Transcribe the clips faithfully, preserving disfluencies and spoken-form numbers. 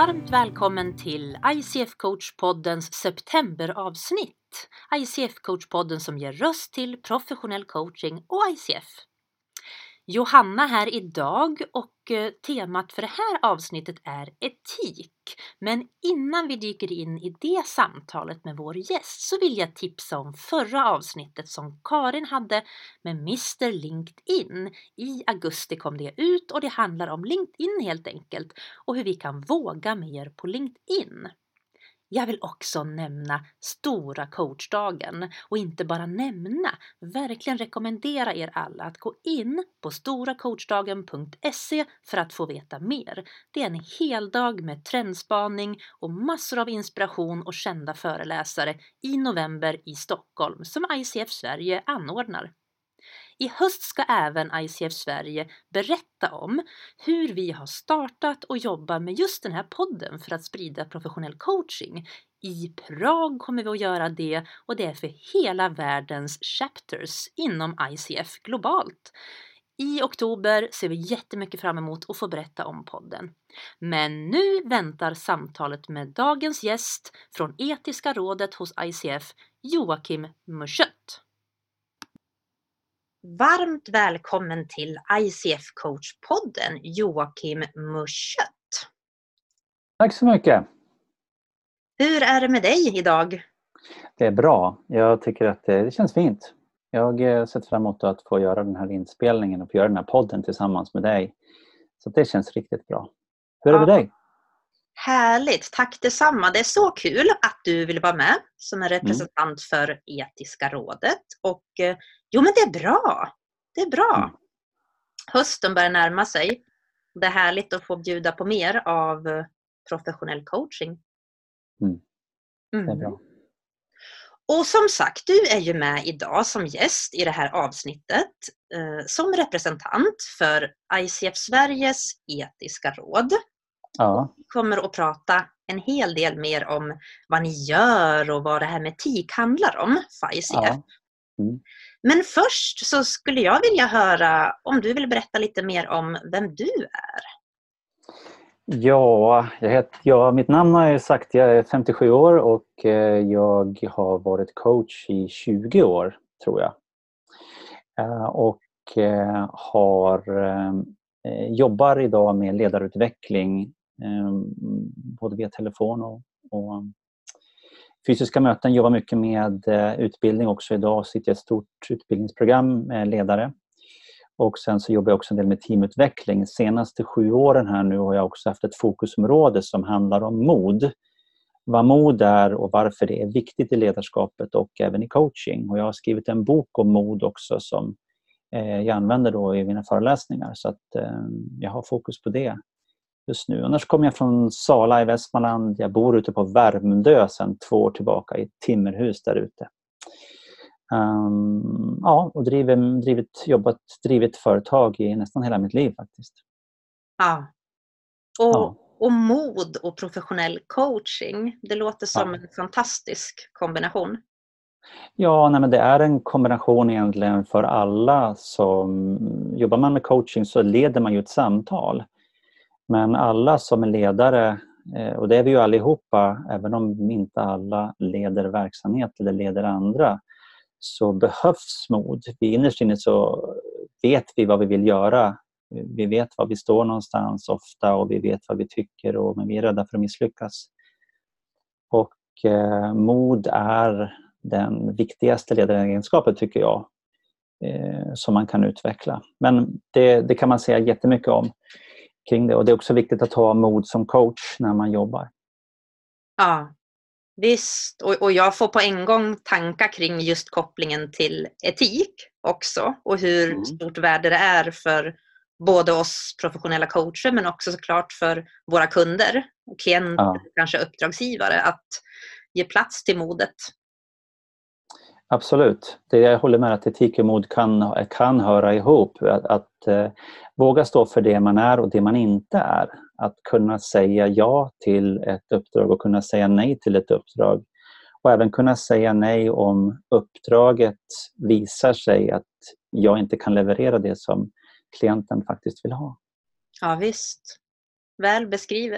Varmt välkommen till I C F-coachpoddens septemberavsnitt. I C F-coachpodden som ger röst till professionell coaching och I C F. Johanna här idag och temat för det här avsnittet är etik. Men innan vi dyker in i det samtalet med vår gäst så vill jag tipsa om förra avsnittet som Karin hade med mister LinkedIn. I augusti kom det ut och det handlar om LinkedIn helt enkelt och hur vi kan våga mer på LinkedIn. Jag vill också nämna Stora coachdagen och inte bara nämna, verkligen rekommendera er alla att gå in på stora coachdagen punkt se för att få veta mer. Det är en hel dag med trendspaning och massor av inspiration och kända föreläsare i november i Stockholm som I C F Sverige anordnar. I höst ska även I C F Sverige berätta om hur vi har startat och jobbar med just den här podden för att sprida professionell coaching. I Prag kommer vi att göra det och det är för hela världens chapters inom I C F globalt. I oktober ser vi jättemycket fram emot att få berätta om podden. Men nu väntar samtalet med dagens gäst från Etiska rådet hos I C F, Joakim Muschött. Varmt välkommen till I C F-coachpodden, Joakim Muschött. Tack så mycket. Hur är det med dig idag? Det är bra. Jag tycker att det, det känns fint. Jag har sett fram emot att få göra den här inspelningen och få göra den här podden tillsammans med dig. Så det känns riktigt bra. Hur är det med dig? Härligt, tack detsamma. Det är så kul att du vill vara med som en representant mm. för Etiska rådet. Och jo, men det är bra. Det är bra. Mm. Hösten börjar närma sig. Det är härligt att få bjuda på mer av professionell coaching. Mm. Det är bra. Och som sagt, du är ju med idag som gäst i det här avsnittet eh, som representant för I C F Sveriges Etiska råd. Ja. Vi kommer att prata en hel del mer om vad ni gör och vad det här med etik handlar om för I C F. Ja. Mm. Men först så skulle jag vilja höra om du vill berätta lite mer om vem du är. Ja, jag heter, ja, mitt namn har jag sagt, jag är femtiosju år och jag har varit coach i tjugo år tror jag. Och har, jobbar idag med ledarutveckling både via telefon och, och fysiska möten. Jobbar mycket med utbildning också idag, sitter i ett stort utbildningsprogram med ledare. Och sen så jobbar jag också en del med teamutveckling. Senaste sju åren här nu har jag också haft ett fokusområde som handlar om mod. Vad mod är och varför det är viktigt i ledarskapet och även i coaching. Och jag har skrivit en bok om mod också som eh, jag använder då i mina föreläsningar. Så att eh, jag har fokus på det just nu. Annars kommer jag från Sala i Västmanland. Jag bor ute på Värmdö sedan två år tillbaka i ett timmerhus där ute. Um, ja, och driver, drivit, jobbat, drivit företag i nästan hela mitt liv faktiskt. Ja. Och, ja. och mod och professionell coaching, det låter som ja. en fantastisk kombination. Ja, nej, men det är en kombination egentligen för alla som jobbar man med coaching så leder man ju ett samtal. Men alla som är ledare, och det är vi ju allihopa, även om inte alla leder verksamhet eller leder andra, så behövs mod. Vi innerst inne så vet vi vad vi vill göra. Vi vet var vi står någonstans ofta och vi vet vad vi tycker och men vi är rädda för att misslyckas. Och eh, mod är den viktigaste ledaregenskapen tycker jag eh, som man kan utveckla. Men det, det kan man säga jättemycket om kring det och det är också viktigt att ha mod som coach när man jobbar. Ja. Visst, och, och jag får på en gång tankar kring just kopplingen till etik också och hur mm. stort värde det är för både oss professionella coacher men också såklart för våra kunder och klienter, ja. Kanske uppdragsgivare att ge plats till modet. Absolut, det jag håller med att etik och mod kan, kan höra ihop. Att, att eh, våga stå för det man är och det man inte är. Att kunna säga ja till ett uppdrag och kunna säga nej till ett uppdrag. Och även kunna säga nej om uppdraget visar sig att jag inte kan leverera det som klienten faktiskt vill ha. Ja visst, väl beskrivet.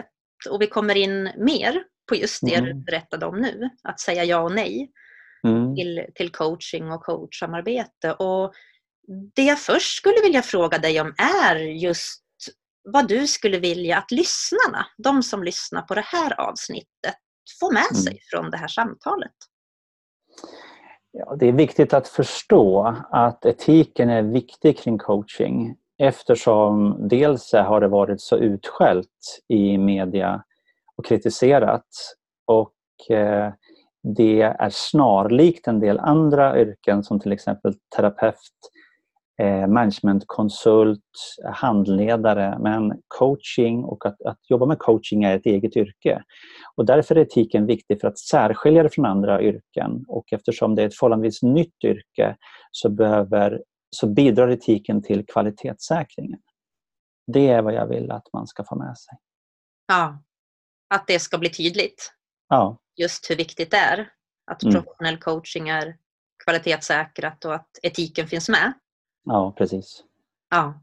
Och vi kommer in mer på just det Mm. du berättade om nu. Att säga ja och nej Mm. till, till coaching och coachsamarbete. Och det jag först skulle vilja fråga dig om är just vad du skulle vilja att lyssnarna, de som lyssnar på det här avsnittet, får med sig Mm. från det här samtalet. Ja, det är viktigt att förstå att etiken är viktig kring coaching, eftersom dels har det varit så utskällt i media och kritiserat, och eh, det är snarlikt en del andra yrken som till exempel terapeut, eh, managementkonsult, handledare, men coaching och att, att jobba med coaching är ett eget yrke. Och därför är etiken viktig för att särskilja det från andra yrken, och eftersom det är ett förhållandevis nytt yrke så, behöver, så bidrar etiken till kvalitetssäkringen. Det är vad jag vill att man ska få med sig. Ja, att det ska bli tydligt. Ja. Just hur viktigt det är att Mm. professionell coaching är kvalitetssäkrat och att etiken finns med. Ja, precis. Ja,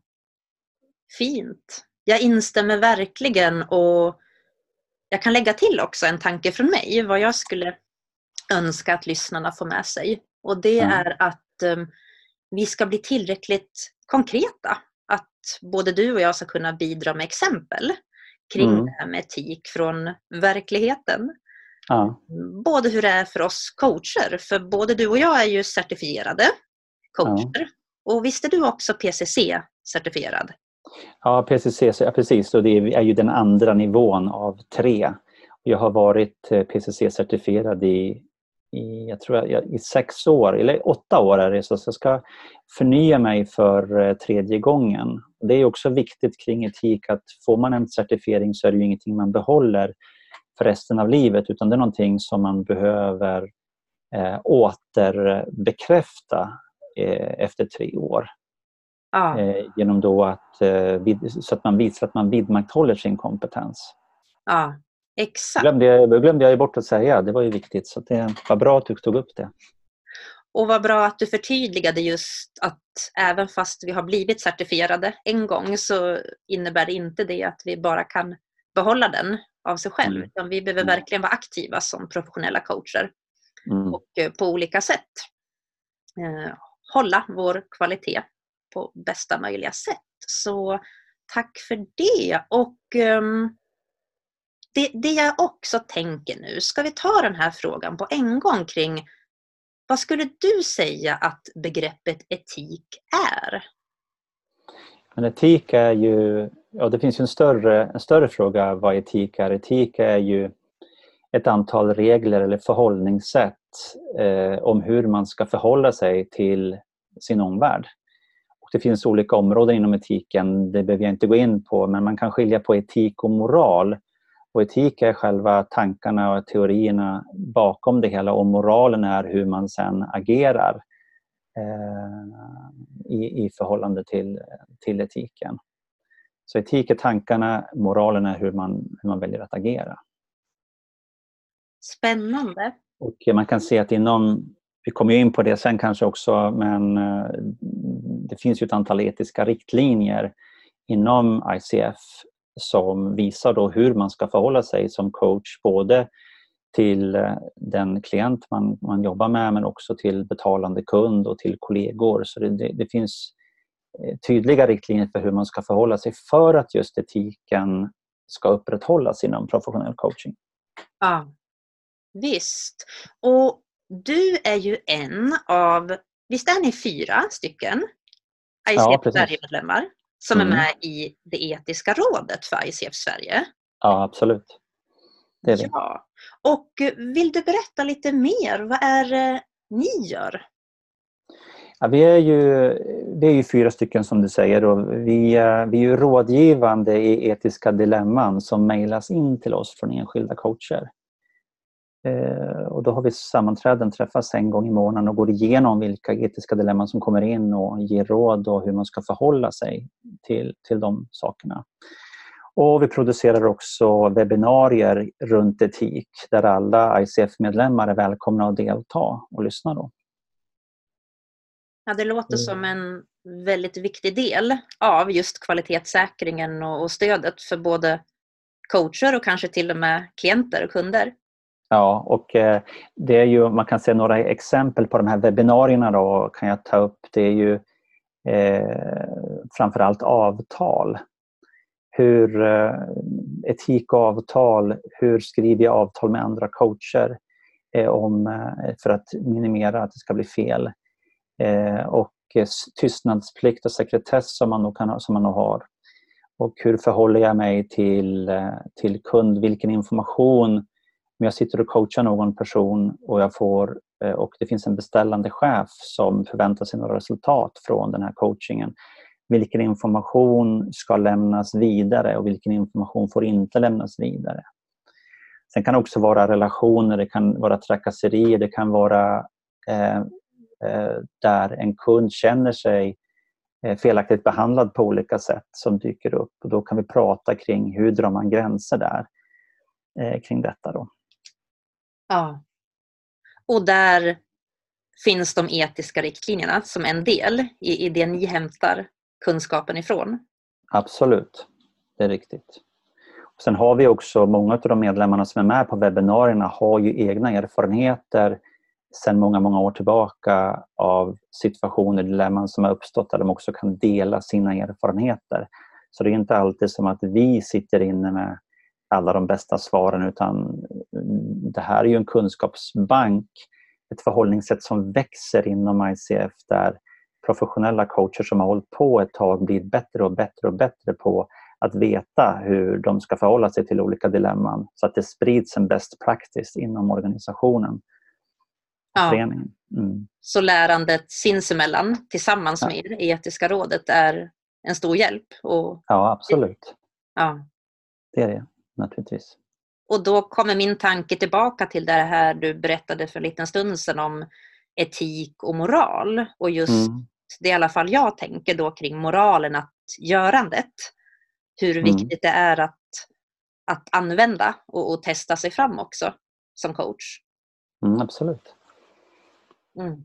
fint. Jag instämmer verkligen, och jag kan lägga till också en tanke från mig vad jag skulle önska att lyssnarna får med sig. Och det Mm. är att um, vi ska bli tillräckligt konkreta. Att både du och jag ska kunna bidra med exempel kring Mm. det här med etik från verkligheten. Ja. Både hur det är för oss coacher, för både du och jag är ju certifierade coacher. Ja. Och visst är du också P C C-certifierad? Ja, P C C, ja, precis. Och det är ju den andra nivån av tre. Jag har varit P C C-certifierad i, i, jag tror jag, i sex år, eller åtta år är det, så jag ska förnya mig för tredje gången. Det är också viktigt kring etik att får man en certifiering så är det ju ingenting man behåller för resten av livet, utan det är någonting som man behöver eh, återbekräfta eh, efter tre år. Ja. Eh, genom då att, eh, vid, så att man visar att man vidmakthåller sin kompetens. Ja, exakt. Glömde jag, glömde jag bort att säga, det var ju viktigt, så det var bra att du tog upp det. Och vad bra att du förtydligade just att även fast vi har blivit certifierade en gång så innebär det inte det att vi bara kan behålla den av sig själv. Mm. Utan vi behöver Mm. verkligen vara aktiva som professionella coacher Mm. och eh, på olika sätt eh, hålla vår kvalitet på bästa möjliga sätt. Så tack för det. Och ehm, det, det jag också tänker nu, ska vi ta den här frågan på en gång kring vad skulle du säga att begreppet etik är? Men etik är ju, ja, det finns ju en större, en större fråga vad etik är. Etik är ju ett antal regler eller förhållningssätt eh, om hur man ska förhålla sig till sin omvärld. Och det finns olika områden inom etiken, det behöver jag inte gå in på, men man kan skilja på etik och moral. Och etik är själva tankarna och teorierna bakom det hela, och moralen är hur man sedan agerar eh, i, i förhållande till, till etiken. Så etik är tankarna, moralen är hur man, hur man väljer att agera. Spännande. Och man kan se att inom, vi kommer ju in på det sen kanske också, men det finns ju ett antal etiska riktlinjer inom I C F som visar då hur man ska förhålla sig som coach, både till den klient man, man jobbar med, men också till betalande kund och till kollegor. Så det, det, det finns tydliga riktlinjer för hur man ska förhålla sig för att just etiken ska upprätthållas inom professionell coaching. Ja, visst. Och du är ju en av, visst är ni fyra stycken I C F Ja, Sverige-medlemmar som Mm. är med i det etiska rådet för I C F Sverige? Ja, absolut. Det är det. Ja. Och vill du berätta lite mer? Vad är det ni gör? Ja, vi, är ju, vi är ju fyra stycken som du säger. Och vi, vi är ju rådgivande i etiska dilemman som mejlas in till oss från enskilda coacher. Eh, och då har vi sammanträden, träffas en gång i månaden och går igenom vilka etiska dilemman som kommer in och ger råd och hur man ska förhålla sig till, till de sakerna. Och vi producerar också webbinarier runt etik där alla I C F-medlemmar är välkomna att delta och lyssna då. Ja, det låter som en väldigt viktig del av just kvalitetssäkringen och stödet för både coacher och kanske till och med klienter och kunder. Ja, och eh, det är ju, man kan se några exempel på de här webbinarierna då, kan jag ta upp. Det är ju eh, framförallt avtal. Hur eh, etik och avtal, hur skriver jag avtal med andra coacher eh, om, eh, för att minimera att det ska bli fel. Eh, och eh, tystnadsplikt och sekretess som man nog kan ha, som man nog har. Och hur förhåller jag mig till, eh, till kund, vilken information, om jag sitter och coachar någon person och jag får eh, och det finns en beställande chef som förväntar sig några resultat från den här coachingen. Vilken information ska lämnas vidare och vilken information får inte lämnas vidare. Sen kan det också vara relationer, det kan vara trakasserier, det kan vara eh, eh, där en kund känner sig eh, felaktigt behandlad på olika sätt som dyker upp. Och då kan vi prata kring hur drar man gränser där eh, kring detta då. Ja. Och där finns de etiska riktlinjerna som en del i, i det ni hämtar kunskapen ifrån. Absolut, det är riktigt. Och sen har vi också, många av de medlemmarna som är med på webbinarierna har ju egna erfarenheter sedan många, många år tillbaka av situationer, dilemman som har uppstått där de också kan dela sina erfarenheter. Så det är inte alltid som att vi sitter inne med alla de bästa svaren, utan det här är ju en kunskapsbank, ett förhållningssätt som växer inom I C F där professionella coacher som har hållit på ett tag blir bättre och bättre och bättre på att veta hur de ska förhålla sig till olika dilemman så att det sprids en best practice inom organisationen. Ja. Föreningen. Mm. Så lärandet sinsemellan tillsammans Ja. med det etiska rådet är en stor hjälp. Och, ja, absolut. Ja. Det är det naturligtvis. Och då kommer min tanke tillbaka till det här du berättade för en liten stund sedan om etik och moral. Och just Mm. det i alla fall jag tänker då kring moralen, att görandet. Hur Mm. viktigt det är att, att använda och, och testa sig fram också som coach. Mm, absolut. Mm.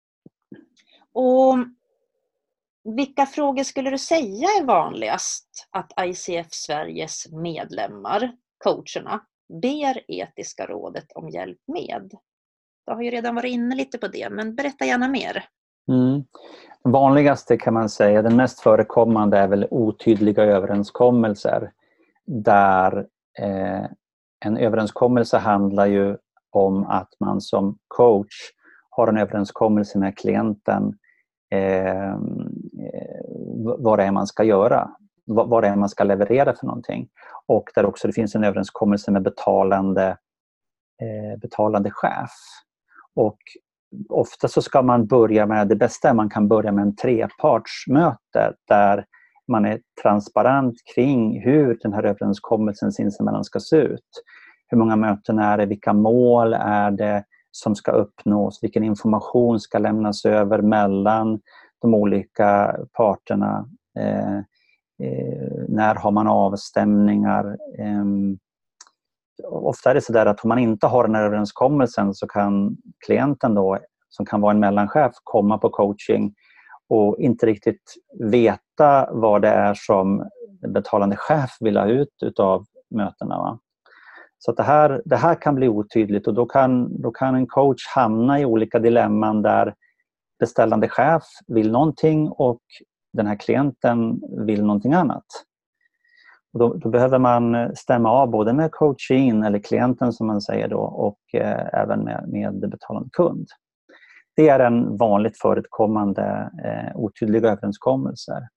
Och vilka frågor skulle du säga är vanligast att I C F Sveriges medlemmar, coacherna, ber etiska rådet om hjälp med? Jag har ju redan varit inne lite på det, men berätta gärna mer. Mm. Den vanligaste kan man säga, den mest förekommande är väl otydliga överenskommelser. Där eh, en överenskommelse handlar ju om att man som coach har en överenskommelse med klienten eh, vad det är man ska göra, vad, vad det är man ska leverera för någonting. Och där också det finns en överenskommelse med betalande, eh, betalande chef. Och ofta så ska man börja med, det bästa är man kan börja med en trepartsmöte där man är transparent kring hur den här överenskommelsen sinsemellan ska se ut. Hur många möten är det, vilka mål är det som ska uppnås, vilken information ska lämnas över mellan de olika parterna. Eh, eh, när har man avstämningar? Eh, ofta är det så där att om man inte har den här överenskommelsen så kan klienten då, som kan vara en mellanchef, komma på coaching och inte riktigt veta vad det är som betalande chef vill ha ut utav mötena. Va? Så att det, här, det här kan bli otydligt och då kan, då kan en coach hamna i olika dilemman där beställande chef vill någonting och den här klienten vill någonting annat. Och då, då behöver man stämma av både med coachen eller klienten som man säger då och eh, även med, med betalande kund. Det är en vanligt förekommande eh, otydliga överenskommelser.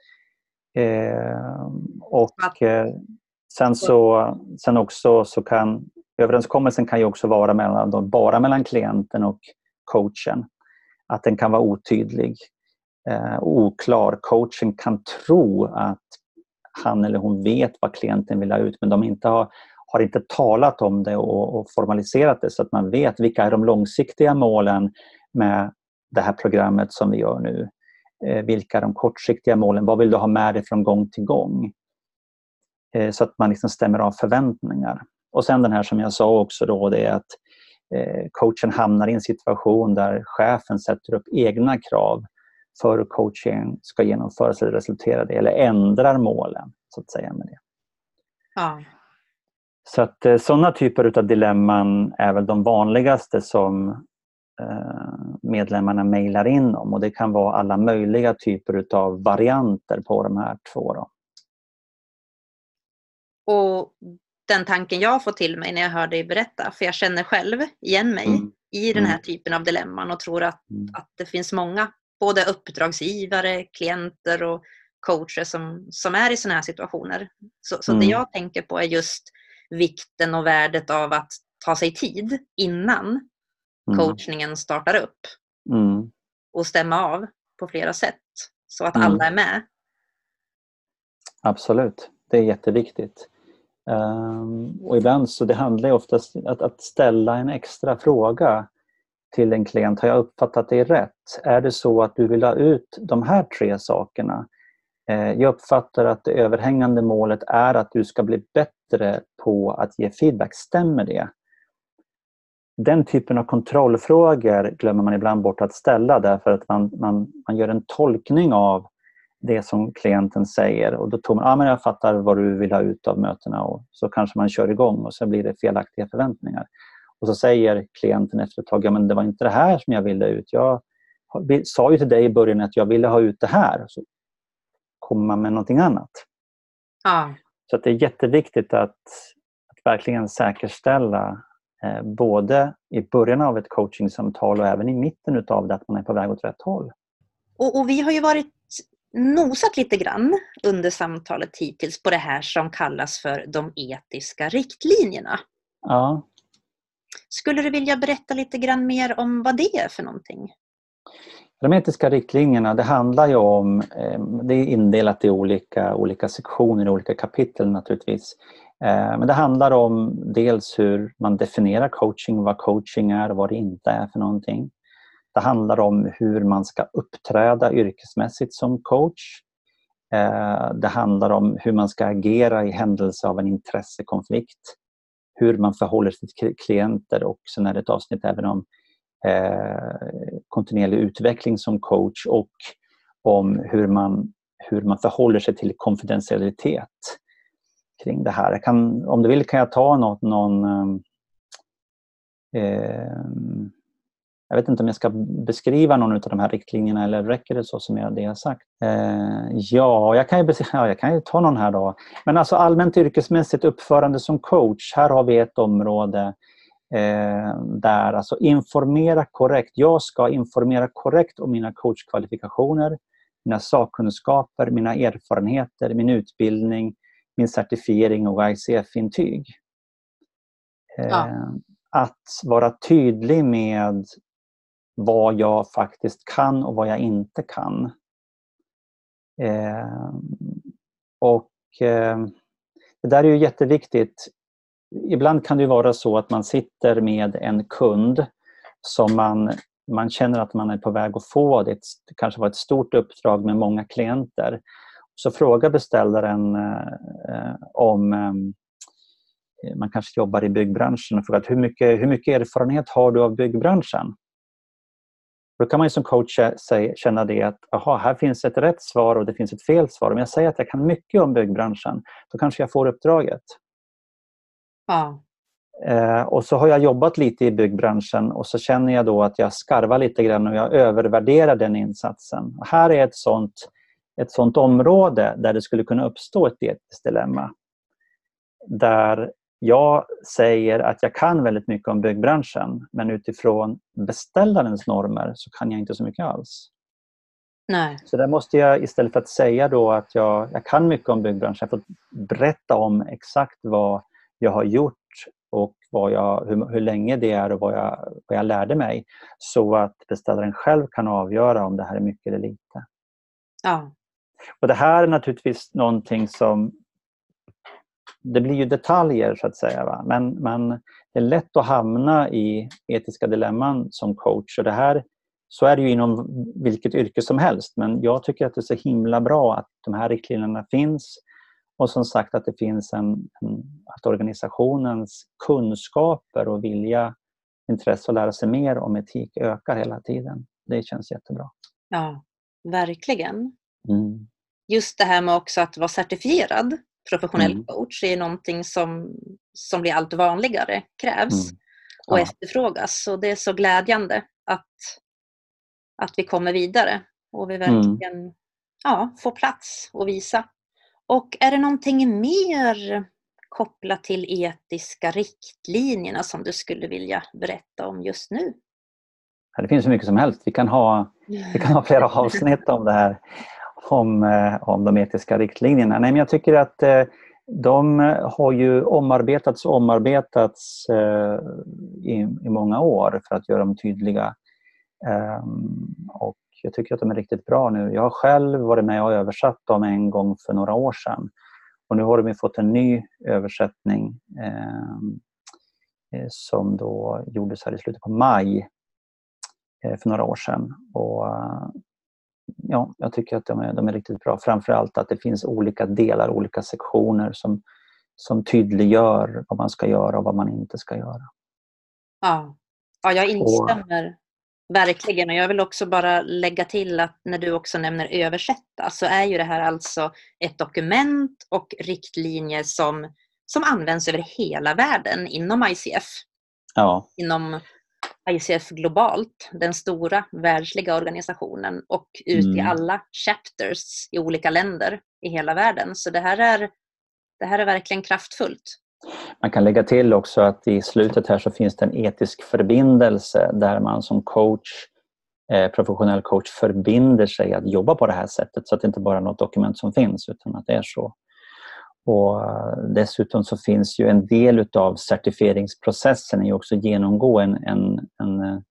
Eh, och eh, sen så sen också så kan överenskommelsen kan ju också vara mellan då, bara mellan klienten och coachen. Att den kan vara otydlig, eh, oklar. Coachen kan tro att han eller hon vet vad klienten vill ha ut, men de inte har, har inte talat om det och, och formaliserat det så att man vet vilka är de långsiktiga målen med det här programmet som vi gör nu. Eh, vilka är de kortsiktiga målen? Vad vill du ha med dig från gång till gång? Eh, så att man liksom stämmer av förväntningar. Och sen den här som jag sa också då, det är att eh, coachen hamnar i en situation där chefen sätter upp egna krav för hur coaching ska genomföras eller resultera det, eller ändrar målen så att säga med det. Ja. Så att sådana typer av dilemman är väl de vanligaste som medlemmarna mejlar in om, och det kan vara alla möjliga typer av varianter på de här två då. Och den tanken jag får till mig när jag hör dig berätta, för jag känner själv igen mig mm. i den här mm. typen av dilemman och tror att, mm. att det finns många, både uppdragsgivare, klienter och coacher som, som är i sådana här situationer. Så, så mm. det jag tänker på är just vikten och värdet av att ta sig tid innan mm. coachningen startar upp mm. och stämma av på flera sätt så att mm. alla är med. Absolut, det är jätteviktigt. Um, och ibland så det handlar ju oftast om att, att ställa en extra fråga till en klient. Har jag uppfattat det rätt? Är det så att du vill ha ut de här tre sakerna? Eh, jag uppfattar att det överhängande målet är att du ska bli bättre på att ge feedback. Stämmer det? Den typen av kontrollfrågor glömmer man ibland bort att ställa, därför att man, man, man gör en tolkning av det som klienten säger, och då tror man, ja ah, men jag fattar vad du vill ha ut av mötena, och så kanske man kör igång och så blir det felaktiga förväntningar. Och så säger klienten efter ett tag, ja men det var inte det här som jag ville ut. Jag sa ju till dig i början att jag ville ha ut det här. Så kommer man med någonting annat. Ja. Så att det är jätteviktigt att, att verkligen säkerställa eh, både i början av ett coachingsamtal och även i mitten av det, att man är på väg åt rätt håll. Och, och vi har ju varit nosat lite grann under samtalet hittills på det här som kallas för de etiska riktlinjerna. Ja. Skulle du vilja berätta lite grann mer om vad det är för någonting? De etiska riktlinjerna, det handlar ju om, det är indelat i olika, olika sektioner, olika kapitel naturligtvis. Men det handlar om dels hur man definierar coaching, vad coaching är och vad det inte är för någonting. Det handlar om hur man ska uppträda yrkesmässigt som coach. Det handlar om hur man ska agera i händelse av en intressekonflikt. Hur man förhåller sig till klienter, och sen är det ett avsnitt även om eh, kontinuerlig utveckling som coach, och om hur man, hur man förhåller sig till konfidentialitet kring det här. Jag kan, om du vill kan jag ta något, någon... Eh, jag vet inte om jag ska beskriva någon av de här riktlinjerna, eller räcker det så som jag det har sagt? Eh, ja, jag kan, ju beskriva, ja, jag kan ju ta någon här då. Men alltså allmänt yrkesmässigt uppförande som coach. Här har vi ett område eh, där alltså informera korrekt. Jag ska informera korrekt om mina coachkvalifikationer, mina sakkunskaper, mina erfarenheter, min utbildning, min certifiering och I C F-intyg. Eh, ja. Att vara tydlig med vad jag faktiskt kan och vad jag inte kan. Eh, och eh, det där är ju jätteviktigt. Ibland kan det vara så att man sitter med en kund som man, man känner att man är på väg att få. Det, det kanske var ett stort uppdrag med många klienter. Så frågar beställaren eh, om eh, man kanske jobbar i byggbranschen och frågar hur mycket, hur mycket erfarenhet har du av byggbranschen? Då kan man ju som coach känna det att aha, här finns ett rätt svar och det finns ett fel svar. Om jag säger att jag kan mycket om byggbranschen, då kanske jag får uppdraget. Ja. Eh, och så har jag jobbat lite i byggbranschen, och så känner jag då att jag skarvar lite grann och jag övervärderar den insatsen. Och här är ett sånt, ett sånt område där det skulle kunna uppstå ett etiskt dilemma. Där jag säger att jag kan väldigt mycket om byggbranschen, men utifrån beställarens normer så kan jag inte så mycket alls. Nej. Så där måste jag, istället för att säga då att jag, jag kan mycket om byggbranschen, jag får berätta om exakt vad jag har gjort och vad jag, hur, hur länge det är och vad jag, vad jag lärde mig, så att beställaren själv kan avgöra om det här är mycket eller lite. Ja. Och det här är naturligtvis någonting som det blir ju detaljer så att säga, va? Men, men det är lätt att hamna i etiska dilemman som coach, och det här, så är det ju inom vilket yrke som helst, men jag tycker att det är så himla bra att de här riktlinjerna finns, och som sagt att det finns en, en att organisationens kunskaper och vilja, intresse att lära sig mer om etik ökar hela tiden. Det känns jättebra. Ja, verkligen. Mm. Just det här med också att vara certifierad professionell Mm. coach är någonting som som blir allt vanligare krävs Mm. och Ja. efterfrågas. Så det är så glädjande att, att vi kommer vidare och vi Mm. verkligen ja, får plats och visa. Och är det någonting mer kopplat till etiska riktlinjerna som du skulle vilja berätta om just nu? Det finns så mycket som helst. Vi kan ha, vi kan ha flera avsnitt om det här, om, eh, om de etiska riktlinjerna. Nej, men jag tycker att eh, de har ju omarbetats och omarbetats eh, i, i många år för att göra dem tydliga. Um, och jag tycker att de är riktigt bra nu. Jag har själv varit med och översatt dem en gång för några år sedan. Och nu har de fått en ny översättning eh, som då gjordes här i slutet på maj eh, för några år sedan. Och ja, jag tycker att de är, de är riktigt bra. Framförallt att det finns olika delar, olika sektioner som, som tydliggör vad man ska göra och vad man inte ska göra. Ja, ja jag och, instämmer verkligen. Och jag vill också bara lägga till att när du också nämner översätta så är ju det här alltså ett dokument och riktlinjer som, som används över hela världen inom I C F. Ja. Inom I C F globalt, den stora världsliga organisationen och ut Mm. i alla chapters i olika länder i hela världen. Så det här är, det här är verkligen kraftfullt. Man kan lägga till också att i slutet här så finns det en etisk förbindelse där man som coach, eh, professionell coach förbinder sig att jobba på det här sättet så att det inte bara är något dokument som finns utan att det är så. Och dessutom så finns ju en del av certifieringsprocessen är också genomgå en, en, en,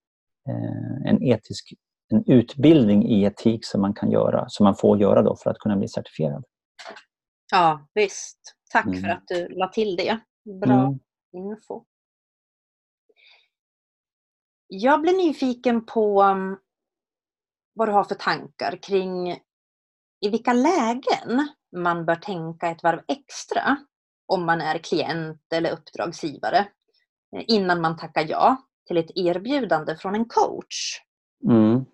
en etisk en utbildning i etik som man kan göra, som man får göra då för att kunna bli certifierad. Ja, visst. Tack Mm. för att du la till det. Bra mm. info. Jag blir nyfiken på um, vad du har för tankar kring i vilka lägen man bör tänka ett varv extra om man är klient eller uppdragsgivare innan man tackar ja till ett erbjudande från en coach. Mm.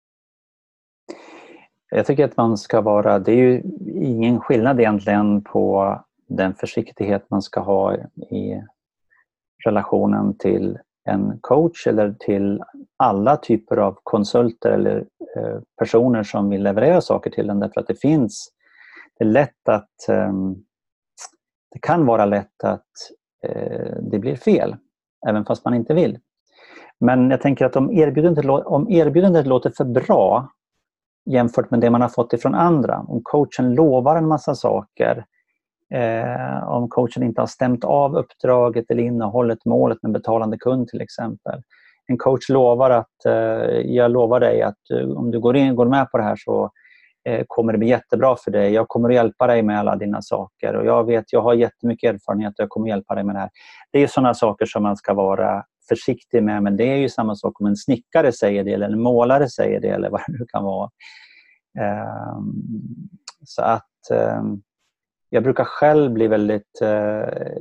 Jag tycker att man ska vara, det är ju ingen skillnad egentligen på den försiktighet man ska ha i relationen till en coach eller till alla typer av konsulter eller eh, personer som vill leverera saker till en, därför att det finns, det är lätt att eh, det kan vara lätt att eh, det blir fel, även fast man inte vill. Men jag tänker att om erbjudandet, om erbjudandet låter för bra jämfört med det man har fått ifrån andra, om coachen lovar en massa saker, Eh, om coachen inte har stämt av uppdraget eller innehållet, målet med betalande kund till exempel. En coach lovar att eh, jag lovar dig att eh, om du går in går med på det här så eh, kommer det bli jättebra för dig. Jag kommer att hjälpa dig med alla dina saker och jag vet, jag har jättemycket erfarenhet och jag kommer att hjälpa dig med det här. Det är sådana saker som man ska vara försiktig med, men det är ju samma sak om en snickare säger det eller en målare säger det eller vad det nu kan vara. Eh, så att eh, Jag brukar själv bli väldigt eh,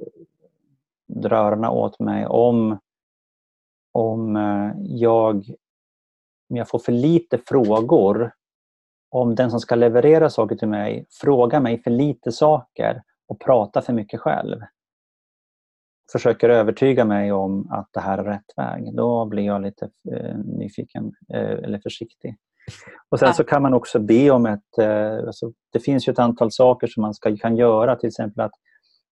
drörna åt mig om, om, eh, jag, om jag får för lite frågor. Om den som ska leverera saker till mig frågar mig för lite saker och pratar för mycket själv. Försöker övertyga mig om att det här är rätt väg. Då blir jag lite eh, nyfiken eh, eller försiktig. Och sen så kan man också be om ett, eh, alltså, det finns ju ett antal saker som man ska, kan göra, till exempel att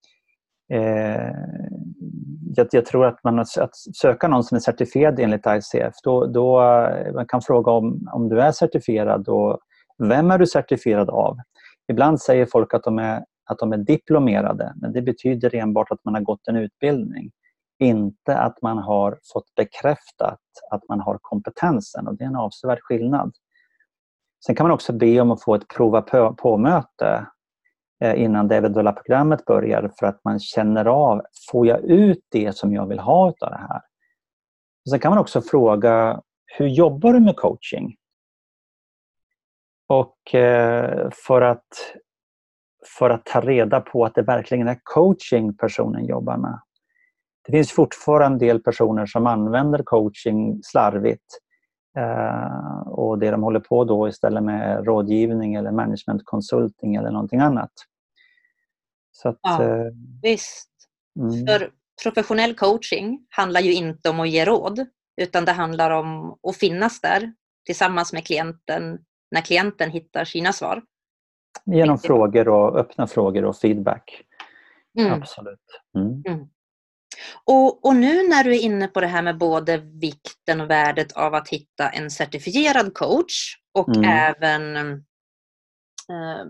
eh, jag, jag tror att man att söka någon som är certifierad enligt I C F, då, då man kan fråga om, om du är certifierad och vem är du certifierad av? Ibland säger folk att de är, att de är diplomerade, men det betyder enbart att man har gått en utbildning. Inte att man har fått bekräftat att man har kompetensen, och det är en avsevärd skillnad. Sen kan man också be om att få ett prova på, på möte eh, innan det eventuella programmet börjar, för att man känner av, får jag ut det som jag vill ha av det här? Och sen kan man också fråga, hur jobbar du med coaching? Och eh, för att för att ta reda på att det verkligen är coaching personen jobbar med. Det finns fortfarande en del personer som använder coaching slarvigt. Eh, och det de håller på då istället med rådgivning eller management consulting eller någonting annat. Så att, ja, eh, visst. Mm. För professionell coaching handlar ju inte om att ge råd, utan det handlar om att finnas där tillsammans med klienten när klienten hittar sina svar. Genom frågor och öppna frågor och feedback. Mm. Absolut. Mm. Mm. Och, och nu när du är inne på det här med både vikten och värdet av att hitta en certifierad coach och Mm. även eh,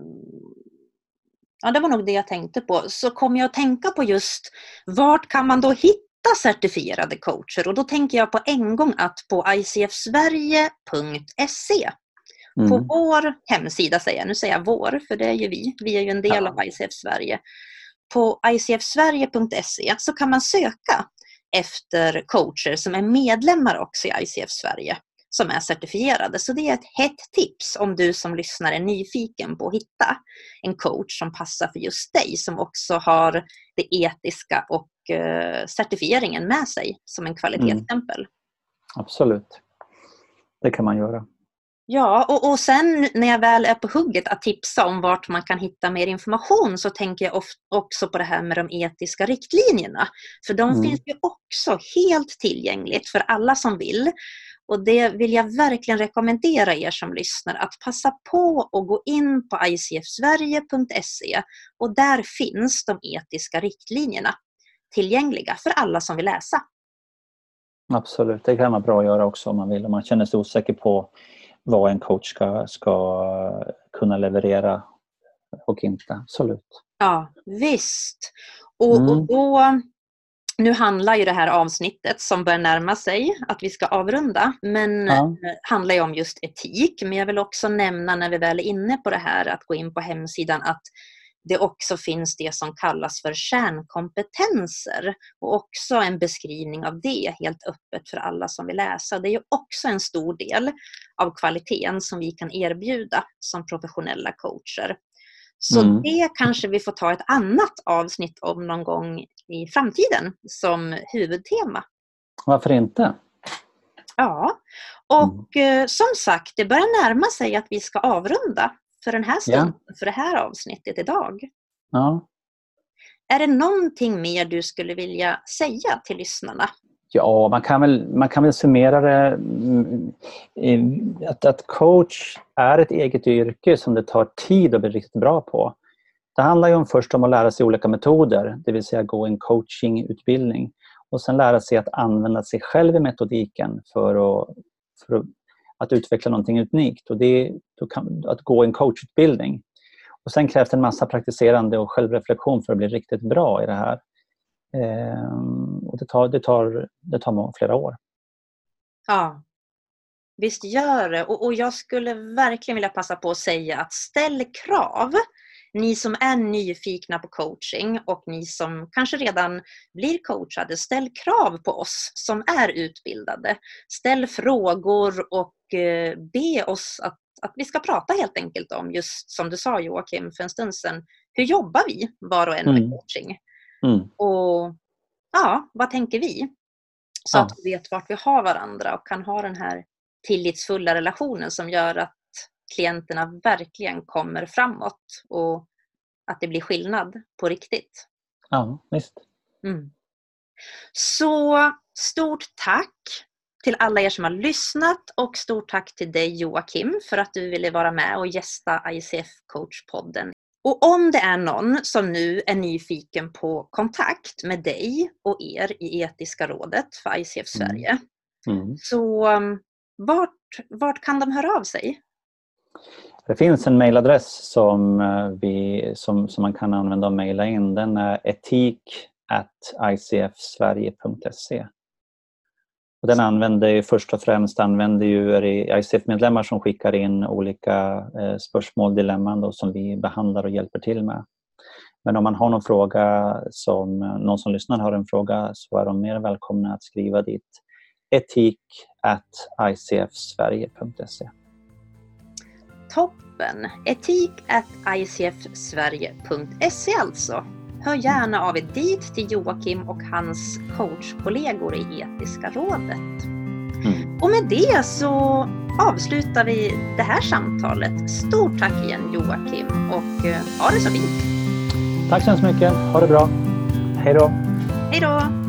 ja, det var nog det jag tänkte på, så kommer jag att tänka på just vart kan man då hitta certifierade coacher, och då tänker jag på en gång att på i c f sverige punkt se Mm. på vår hemsida, säger jag, nu säger jag vår för det är ju vi, vi är ju en del Ja. av I C F Sverige. På i c f sverige punkt se så kan man söka efter coacher som är medlemmar också i I C F Sverige som är certifierade. Så det är ett hett tips om du som lyssnar är nyfiken på att hitta en coach som passar för just dig, som också har det etiska och eh, certifieringen med sig som en kvalitetsstämpel. Mm. Absolut. Det kan man göra. Ja, och, och sen när jag väl är på hugget att tipsa om vart man kan hitta mer information, så tänker jag ofta också på det här med de etiska riktlinjerna. För de Mm. finns ju också helt tillgängligt för alla som vill. Och det vill jag verkligen rekommendera er som lyssnar att passa på att gå in på i c f sverige punkt se, och där finns de etiska riktlinjerna tillgängliga för alla som vill läsa. Absolut, det kan vara bra att göra också om man vill. Om man känner sig osäker på vad en coach ska, ska kunna leverera och inte. Absolut. Ja, visst. Och, Mm. och då, nu handlar ju det här avsnittet som börjar närma sig att vi ska avrunda, men Ja. handlar ju om just etik. Men jag vill också nämna, när vi väl är inne på det här, att gå in på hemsidan, att det också finns det som kallas för kärnkompetenser, och också en beskrivning av det helt öppet för alla som vill läsa. Det är ju också en stor del av kvaliteten som vi kan erbjuda som professionella coacher. Så Mm. det kanske vi får ta ett annat avsnitt om någon gång i framtiden som huvudtema. Varför inte? Ja, och mm. eh, som sagt, det börjar närma sig att vi ska avrunda för den här stunden, ja. för det här avsnittet idag. Ja. Är det någonting mer du skulle vilja säga till lyssnarna? Ja, man kan väl, man kan väl summera det att, att coach är ett eget yrke som det tar tid att bli riktigt bra på. Det handlar ju om först om att lära sig olika metoder, det vill säga gå en coachingutbildning, och sen lära sig att använda sig själv i metodiken för att, för att, att utveckla någonting unikt, och det då kan, att gå en coachutbildning. Och sen krävs det en massa praktiserande och självreflektion för att bli riktigt bra i det här. Ehm, och det tar, det, tar, det tar flera år. Ja, visst gör det. Och, och jag skulle verkligen vilja passa på att säga att ställ krav. Ni som är nyfikna på coaching och ni som kanske redan blir coachade, ställ krav på oss som är utbildade. Ställ frågor och eh, be oss att, att vi ska prata helt enkelt om, just som du sa Joakim för en stund sedan, hur jobbar vi var och en med Mm. coaching? Mm. Och ja, vad tänker vi? Så Ja. att vi vet vart vi har varandra och kan ha den här tillitsfulla relationen som gör att klienterna verkligen kommer framåt och att det blir skillnad på riktigt. Ja, visst. Mm. Så stort tack till alla er som har lyssnat, och stort tack till dig Joakim för att du ville vara med och gästa I C F-coachpodden. Och om det är någon som nu är nyfiken på kontakt med dig och er i Etiska rådet för I C F Sverige, Mm. Mm. så vart, vart kan de höra av sig? Det finns en mejladress som, vi, som, som man kan använda och mejla in. Den är etik at i c f sverige punkt se. Och den använder först och främst använder ju I C F-medlemmar som skickar in olika eh, spörsmål, dilemman då, som vi behandlar och hjälper till med. Men om man har någon fråga, som någon som lyssnar har en fråga, så är de mer välkomna att skriva dit etik at i c f sverige punkt se. Toppen! etik at i c f sverige punkt se alltså. Hör gärna av er dit till Joakim och hans coachkollegor i Etiska rådet. Mm. Och med det så avslutar vi det här samtalet. Stort tack igen Joakim, och ha det så fint! Tack så mycket, ha det bra! Hej då! Hej då!